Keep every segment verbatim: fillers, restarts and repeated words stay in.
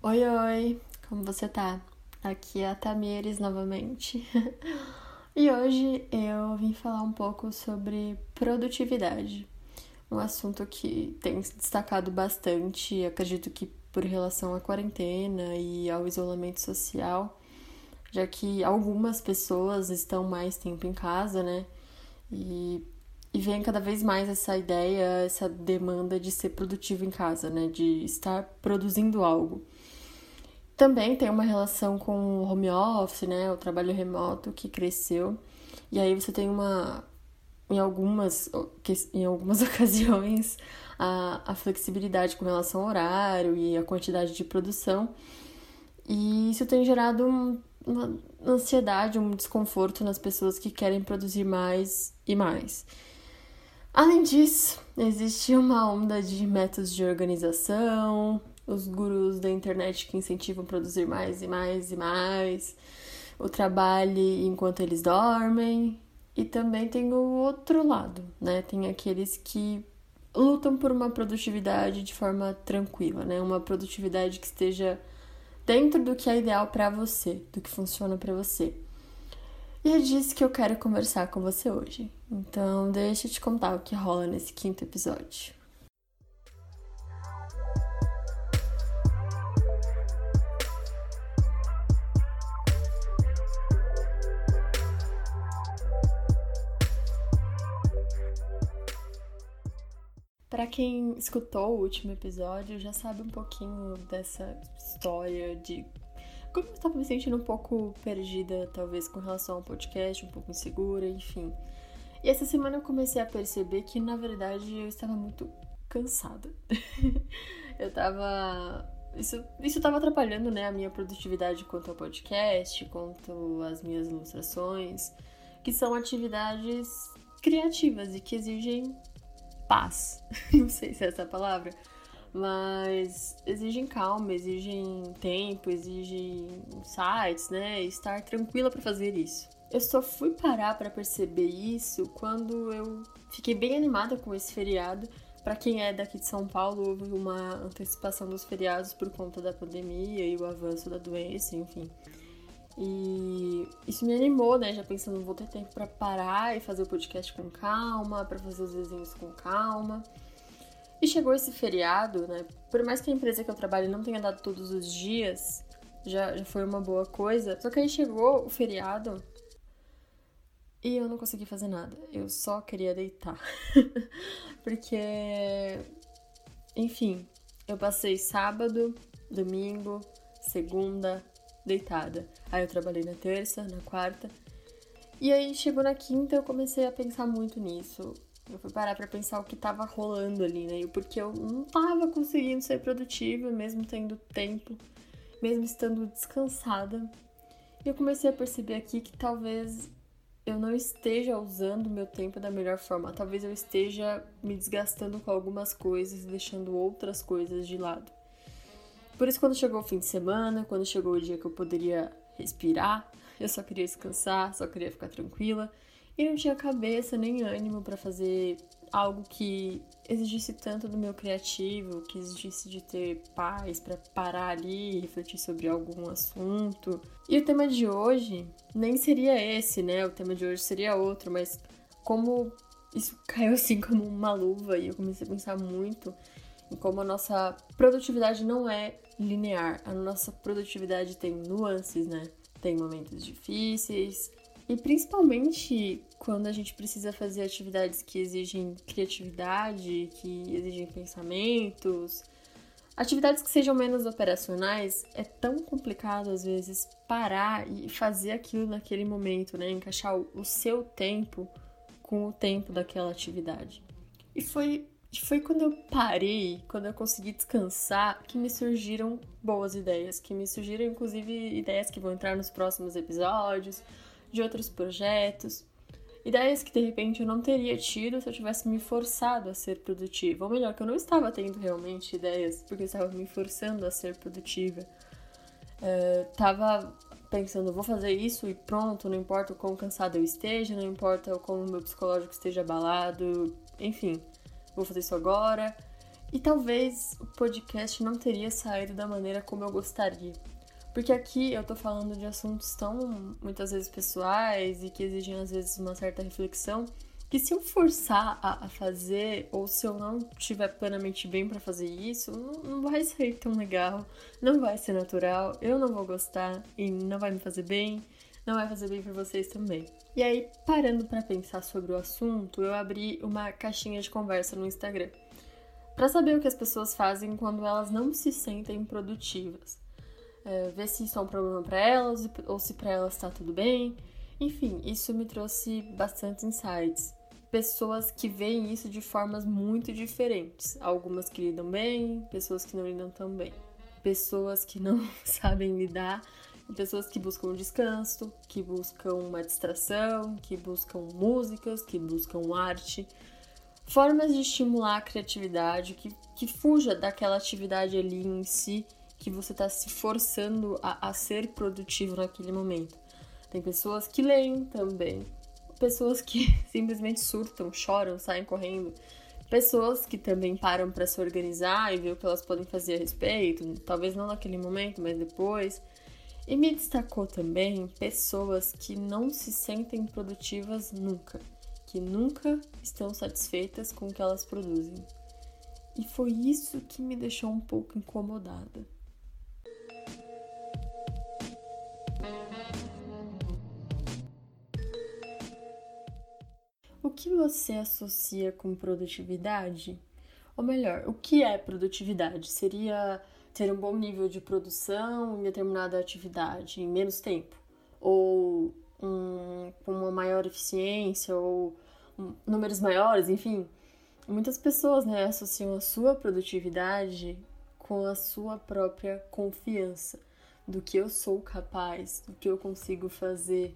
Oi, oi, como você tá? Aqui é a Tamires novamente. E hoje eu vim falar um pouco sobre produtividade, um assunto que tem se destacado bastante, acredito que por relação à quarentena e ao isolamento social, já que algumas pessoas estão mais tempo em casa, né? E, e vem cada vez mais essa ideia, essa demanda de ser produtivo em casa, né? De estar produzindo algo. Também tem uma relação com o home office, né? O trabalho remoto que cresceu. E aí você tem uma, em algumas, em algumas ocasiões, a, a flexibilidade com relação ao horário e a quantidade de produção. E isso tem gerado um, uma ansiedade, um desconforto nas pessoas que querem produzir mais e mais. Além disso, existe uma onda de métodos de organização, os gurus da internet que incentivam a produzir mais e mais e mais, o trabalho enquanto eles dormem, e também tem o outro lado, né? Tem aqueles que lutam por uma produtividade de forma tranquila, né? Uma produtividade que esteja dentro do que é ideal para você, do que funciona para você. E é disso que eu quero conversar com você hoje. Então, deixa eu te contar o que rola nesse quinto episódio. Para quem escutou o último episódio, já sabe um pouquinho dessa história de como eu estava me sentindo um pouco perdida, talvez, com relação ao podcast, um pouco insegura, enfim. E essa semana eu comecei a perceber que, na verdade, eu estava muito cansada. eu tava... Isso, isso tava atrapalhando, né, a minha produtividade quanto ao podcast, quanto às minhas ilustrações, que são atividades criativas e que exigem paz. Não sei se é essa a palavra. Mas exigem calma, exigem tempo, exigem insights, né? Estar tranquila para fazer isso. Eu só fui parar para perceber isso quando eu fiquei bem animada com esse feriado. Para quem é daqui de São Paulo, houve uma antecipação dos feriados por conta da pandemia e o avanço da doença, enfim. E isso me animou, né? Já pensando, vou ter tempo para parar e fazer o podcast com calma, para fazer os desenhos com calma. E chegou esse feriado, né? Por mais que a empresa que eu trabalho não tenha dado todos os dias, já, já foi uma boa coisa. Só que aí chegou o feriado e eu não consegui fazer nada. Eu só queria deitar. Porque, enfim, eu passei sábado, domingo, segunda, deitada. Aí eu trabalhei na terça, na quarta. E aí chegou na quinta eu comecei a pensar muito nisso. Eu fui parar pra pensar o que tava rolando ali, né? E porque eu não tava conseguindo ser produtiva, mesmo tendo tempo, mesmo estando descansada. E eu comecei a perceber aqui que talvez eu não esteja usando o meu tempo da melhor forma. Talvez eu esteja me desgastando com algumas coisas e deixando outras coisas de lado. Por isso, quando chegou o fim de semana, quando chegou o dia que eu poderia respirar, eu só queria descansar, só queria ficar tranquila. E não tinha cabeça nem ânimo para fazer algo que exigisse tanto do meu criativo, que exigisse de ter paz para parar ali e refletir sobre algum assunto. E o tema de hoje nem seria esse, né? O tema de hoje seria outro, mas como isso caiu assim como uma luva e eu comecei a pensar muito em como a nossa produtividade não é linear. A nossa produtividade tem nuances, né? Tem momentos difíceis. E principalmente quando a gente precisa fazer atividades que exigem criatividade, que exigem pensamentos, atividades que sejam menos operacionais, é tão complicado às vezes parar e fazer aquilo naquele momento, né? Encaixar o seu tempo com o tempo daquela atividade. E foi, foi quando eu parei, quando eu consegui descansar, que me surgiram boas ideias, que me surgiram inclusive ideias que vão entrar nos próximos episódios, de outros projetos, ideias que de repente eu não teria tido se eu tivesse me forçado a ser produtiva, ou melhor, que eu não estava tendo realmente ideias, porque eu estava me forçando a ser produtiva. Uh, tava pensando, vou fazer isso e pronto, não importa o quão cansado eu esteja, não importa o como o meu psicológico esteja abalado, enfim, vou fazer isso agora. E talvez o podcast não teria saído da maneira como eu gostaria. Porque aqui eu tô falando de assuntos tão, muitas vezes, pessoais e que exigem, às vezes, uma certa reflexão, que se eu forçar a, a fazer, ou se eu não estiver plenamente bem pra fazer isso, não, não vai sair tão legal, não vai ser natural, eu não vou gostar e não vai me fazer bem, não vai fazer bem pra vocês também. E aí, parando pra pensar sobre o assunto, eu abri uma caixinha de conversa no Instagram, pra saber o que as pessoas fazem quando elas não se sentem produtivas. É, ver se isso é um problema pra elas ou se pra elas tá tudo bem. Enfim, isso me trouxe bastantes insights. Pessoas que veem isso de formas muito diferentes. Algumas que lidam bem, pessoas que não lidam tão bem. Pessoas que não sabem lidar, pessoas que buscam descanso, que buscam uma distração, que buscam músicas, que buscam arte. Formas de estimular a criatividade, que, que fuja daquela atividade ali em si, que você está se forçando a, a ser produtivo naquele momento. Tem pessoas que leem também, pessoas que simplesmente surtam, choram, saem correndo, pessoas que também param para se organizar e ver o que elas podem fazer a respeito, talvez não naquele momento, mas depois. E me destacou também pessoas que não se sentem produtivas nunca, que nunca estão satisfeitas com o que elas produzem. E foi isso que me deixou um pouco incomodada. O que você associa com produtividade? Ou melhor, o que é produtividade? Seria ter um bom nível de produção em determinada atividade em menos tempo? Ou um, com uma maior eficiência? Ou um, números maiores? Enfim, muitas pessoas, né, associam a sua produtividade com a sua própria confiança do que eu sou capaz, do que eu consigo fazer.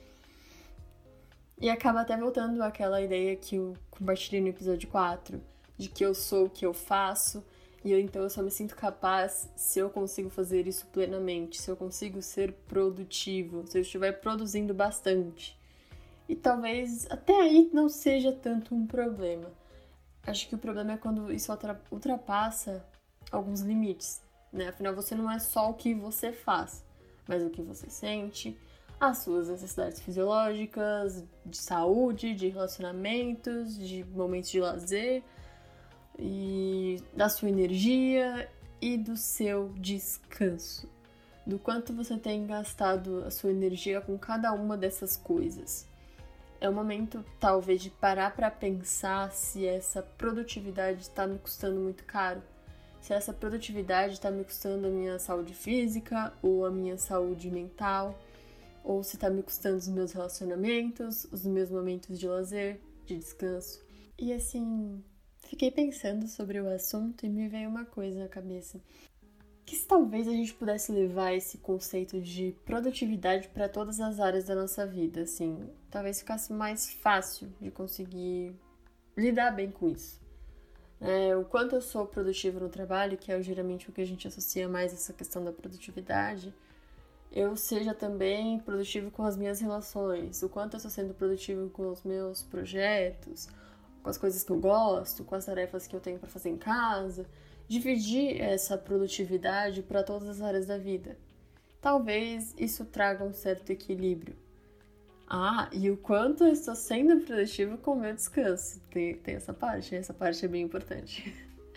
E acaba até voltando àquela ideia que eu compartilhei no episódio quatro, de que eu sou o que eu faço, e eu, então eu só me sinto capaz se eu consigo fazer isso plenamente, se eu consigo ser produtivo, se eu estiver produzindo bastante. E talvez até aí não seja tanto um problema. Acho que o problema é quando isso ultrapassa alguns limites, né? Afinal, você não é só o que você faz, mas o que você sente, as suas necessidades fisiológicas, de saúde, de relacionamentos, de momentos de lazer, e da sua energia e do seu descanso. Do quanto você tem gastado a sua energia com cada uma dessas coisas. É o momento, talvez, de parar para pensar se essa produtividade está me custando muito caro. Se essa produtividade está me custando a minha saúde física ou a minha saúde mental. Ou se tá me custando os meus relacionamentos, os meus momentos de lazer, de descanso. E assim, fiquei pensando sobre o assunto e me veio uma coisa na cabeça. Que se talvez a gente pudesse levar esse conceito de produtividade para todas as áreas da nossa vida, assim, talvez ficasse mais fácil de conseguir lidar bem com isso. É, o quanto eu sou produtivo no trabalho, que é geralmente o que a gente associa mais a essa questão da produtividade, eu seja também produtivo com as minhas relações, o quanto eu estou sendo produtivo com os meus projetos, com as coisas que eu gosto, com as tarefas que eu tenho para fazer em casa, dividir essa produtividade para todas as áreas da vida. Talvez isso traga um certo equilíbrio. Ah, e o quanto eu estou sendo produtivo com o meu descanso. Tem, tem essa parte, essa parte é bem importante.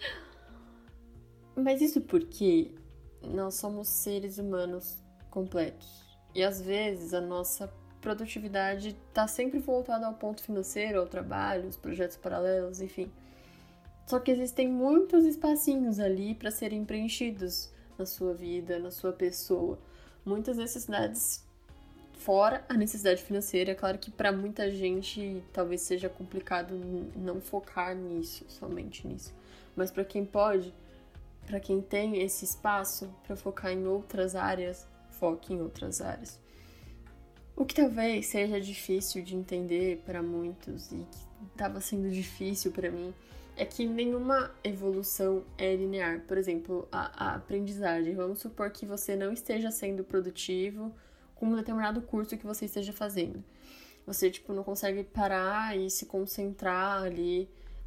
Mas isso porque nós somos seres humanos completos. E às vezes a nossa produtividade está sempre voltada ao ponto financeiro, ao trabalho, os projetos paralelos, enfim. Só que existem muitos espacinhos ali para serem preenchidos na sua vida, na sua pessoa. Muitas necessidades fora a necessidade financeira. É claro que para muita gente talvez seja complicado não focar nisso, somente nisso. Mas para quem pode, para quem tem esse espaço para focar em outras áreas, foque em outras áreas. O que talvez seja difícil de entender para muitos e que estava sendo difícil para mim é que nenhuma evolução é linear. Por exemplo, a, a aprendizagem. Vamos supor que você não esteja sendo produtivo com um determinado curso que você esteja fazendo. Você, tipo, não consegue parar e se concentrar ali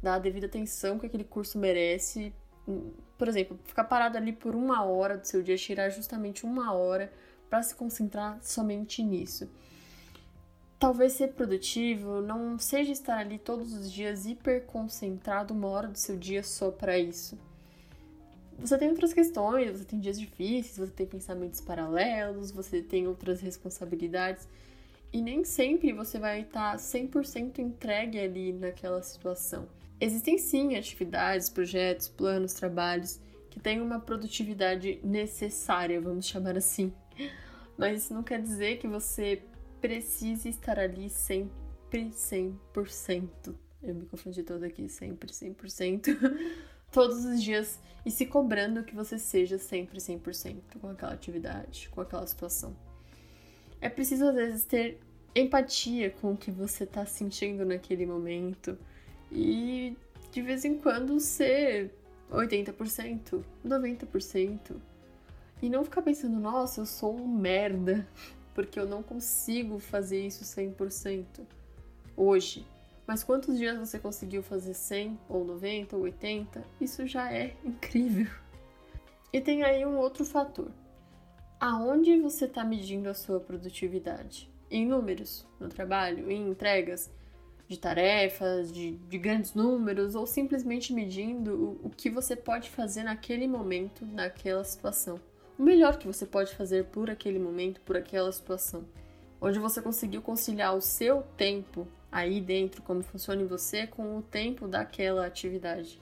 dar a devida atenção que aquele curso merece. Por exemplo, ficar parado ali por uma hora do seu dia, tirar justamente uma hora para se concentrar somente nisso. Talvez ser produtivo não seja estar ali todos os dias hiper concentrado uma hora do seu dia só para isso. Você tem outras questões, você tem dias difíceis, você tem pensamentos paralelos, você tem outras responsabilidades e nem sempre você vai estar cem por cento entregue ali naquela situação. Existem sim atividades, projetos, planos, trabalhos que têm uma produtividade necessária, vamos chamar assim. Mas isso não quer dizer que você precise estar ali sempre cem por cento. Eu me confundi toda aqui, sempre cem por cento. Todos os dias e se cobrando que você seja sempre cem por cento com aquela atividade, com aquela situação. É preciso, às vezes, ter empatia com o que você está sentindo naquele momento e, de vez em quando, ser oitenta por cento, noventa por cento. E não ficar pensando, nossa, eu sou um merda, porque eu não consigo fazer isso cem por cento hoje. Mas quantos dias você conseguiu fazer cem, ou noventa, ou oitenta? Isso já é incrível. E tem aí um outro fator. Aonde você está medindo a sua produtividade? Em números, no trabalho, em entregas de tarefas, de, de grandes números, ou simplesmente medindo o, o que você pode fazer naquele momento, naquela situação. O melhor que você pode fazer por aquele momento, por aquela situação. Onde você conseguiu conciliar o seu tempo aí dentro, como funciona em você, com o tempo daquela atividade.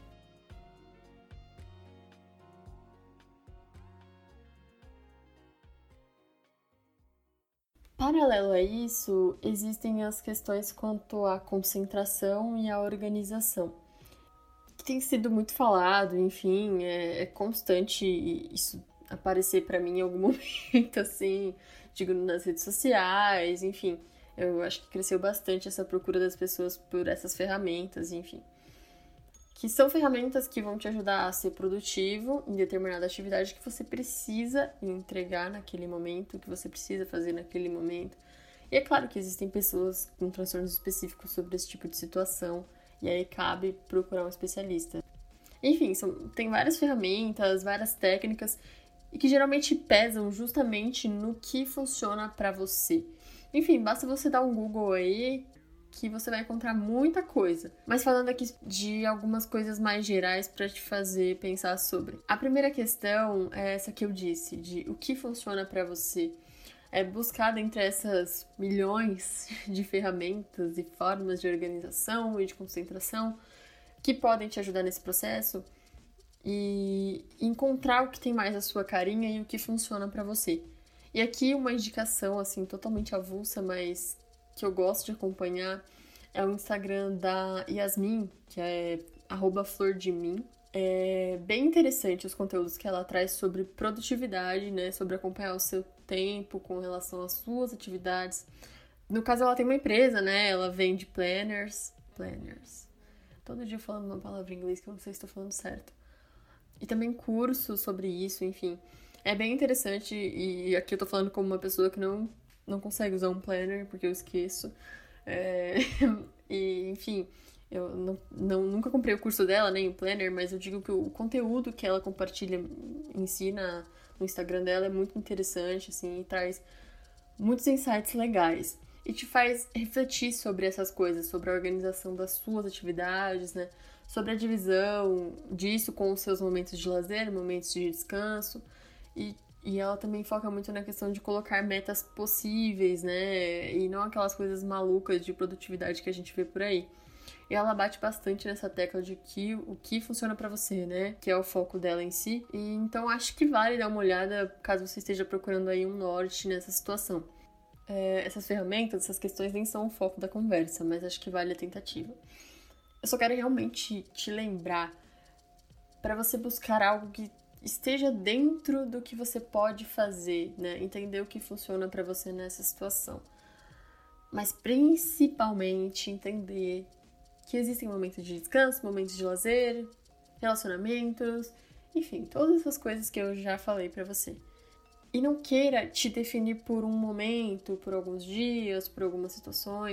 Paralelo a isso, existem as questões quanto à concentração e à organização, que tem sido muito falado, enfim, é, é constante isso aparecer para mim em algum momento, assim, digo, nas redes sociais, enfim. Eu acho que cresceu bastante essa procura das pessoas por essas ferramentas, enfim. Que são ferramentas que vão te ajudar a ser produtivo em determinada atividade que você precisa entregar naquele momento, que você precisa fazer naquele momento. E é claro que existem pessoas com transtornos específicos sobre esse tipo de situação, e aí cabe procurar um especialista. Enfim, são, tem várias ferramentas, várias técnicas, e que geralmente pesam justamente no que funciona para você. Enfim, basta você dar um Google aí que você vai encontrar muita coisa. Mas falando aqui de algumas coisas mais gerais para te fazer pensar sobre. A primeira questão é essa que eu disse, de o que funciona para você. É buscar dentre essas milhões de ferramentas e formas de organização e de concentração que podem te ajudar nesse processo e encontrar o que tem mais a sua carinha e o que funciona para você. E aqui uma indicação, assim, totalmente avulsa, mas que eu gosto de acompanhar, é o Instagram da Yasmin, que é arroba flor de mim. É bem interessante os conteúdos que ela traz sobre produtividade, né? Sobre acompanhar o seu tempo com relação às suas atividades. No caso, ela tem uma empresa, né? Ela vende planners. Planners. Todo dia falando uma palavra em inglês que eu não sei se estou falando certo. E também cursos sobre isso, enfim. É bem interessante, e aqui eu tô falando como uma pessoa que não, não consegue usar um planner, porque eu esqueço. É... e, enfim, eu não, não, nunca comprei o curso dela, nem o planner, mas eu digo que o conteúdo que ela compartilha em si na, no Instagram dela é muito interessante, assim, e traz muitos insights legais. E te faz refletir sobre essas coisas, sobre a organização das suas atividades, né? Sobre a divisão disso com os seus momentos de lazer, momentos de descanso. E, e ela também foca muito na questão de colocar metas possíveis, né? E não aquelas coisas malucas de produtividade que a gente vê por aí. E ela bate bastante nessa tecla de que o que funciona pra você, né? Que é o foco dela em si. E então acho que vale dar uma olhada caso você esteja procurando aí um norte nessa situação. É, essas ferramentas, essas questões nem são o foco da conversa, mas acho que vale a tentativa. Eu só quero realmente te lembrar para você buscar algo que esteja dentro do que você pode fazer, né? Entender o que funciona para você nessa situação. Mas principalmente entender que existem momentos de descanso, momentos de lazer, relacionamentos, enfim, todas essas coisas que eu já falei para você. E não queira te definir por um momento, por alguns dias, por algumas situações.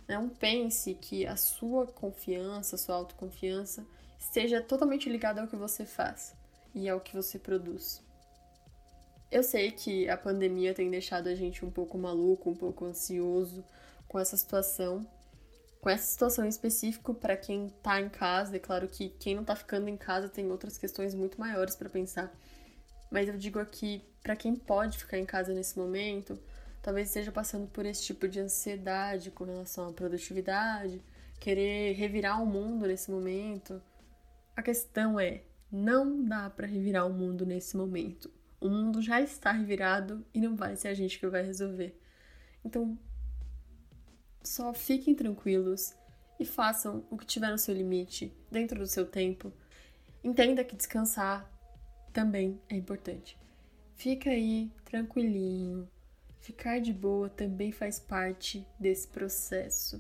Não pense que a sua confiança, a sua autoconfiança esteja totalmente ligada ao que você faz e ao que você produz. Eu sei que a pandemia tem deixado a gente um pouco maluco, um pouco ansioso com essa situação, com essa situação em específico para quem tá em casa. É claro que quem não tá ficando em casa tem outras questões muito maiores para pensar. Mas eu digo aqui, para quem pode ficar em casa nesse momento, talvez esteja passando por esse tipo de ansiedade com relação à produtividade, querer revirar o mundo nesse momento. A questão é, não dá para revirar o mundo nesse momento. O mundo já está revirado e não vai ser a gente que vai resolver. Então, só fiquem tranquilos e façam o que tiver no seu limite, dentro do seu tempo. Entenda que descansar também é importante. Fica aí tranquilinho. Ficar de boa também faz parte desse processo.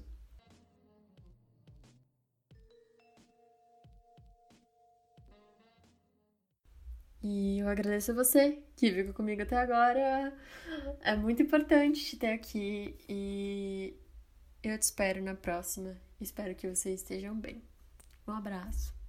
E eu agradeço a você que ficou comigo até agora. É muito importante te ter aqui e eu te espero na próxima. Espero que vocês estejam bem. Um abraço.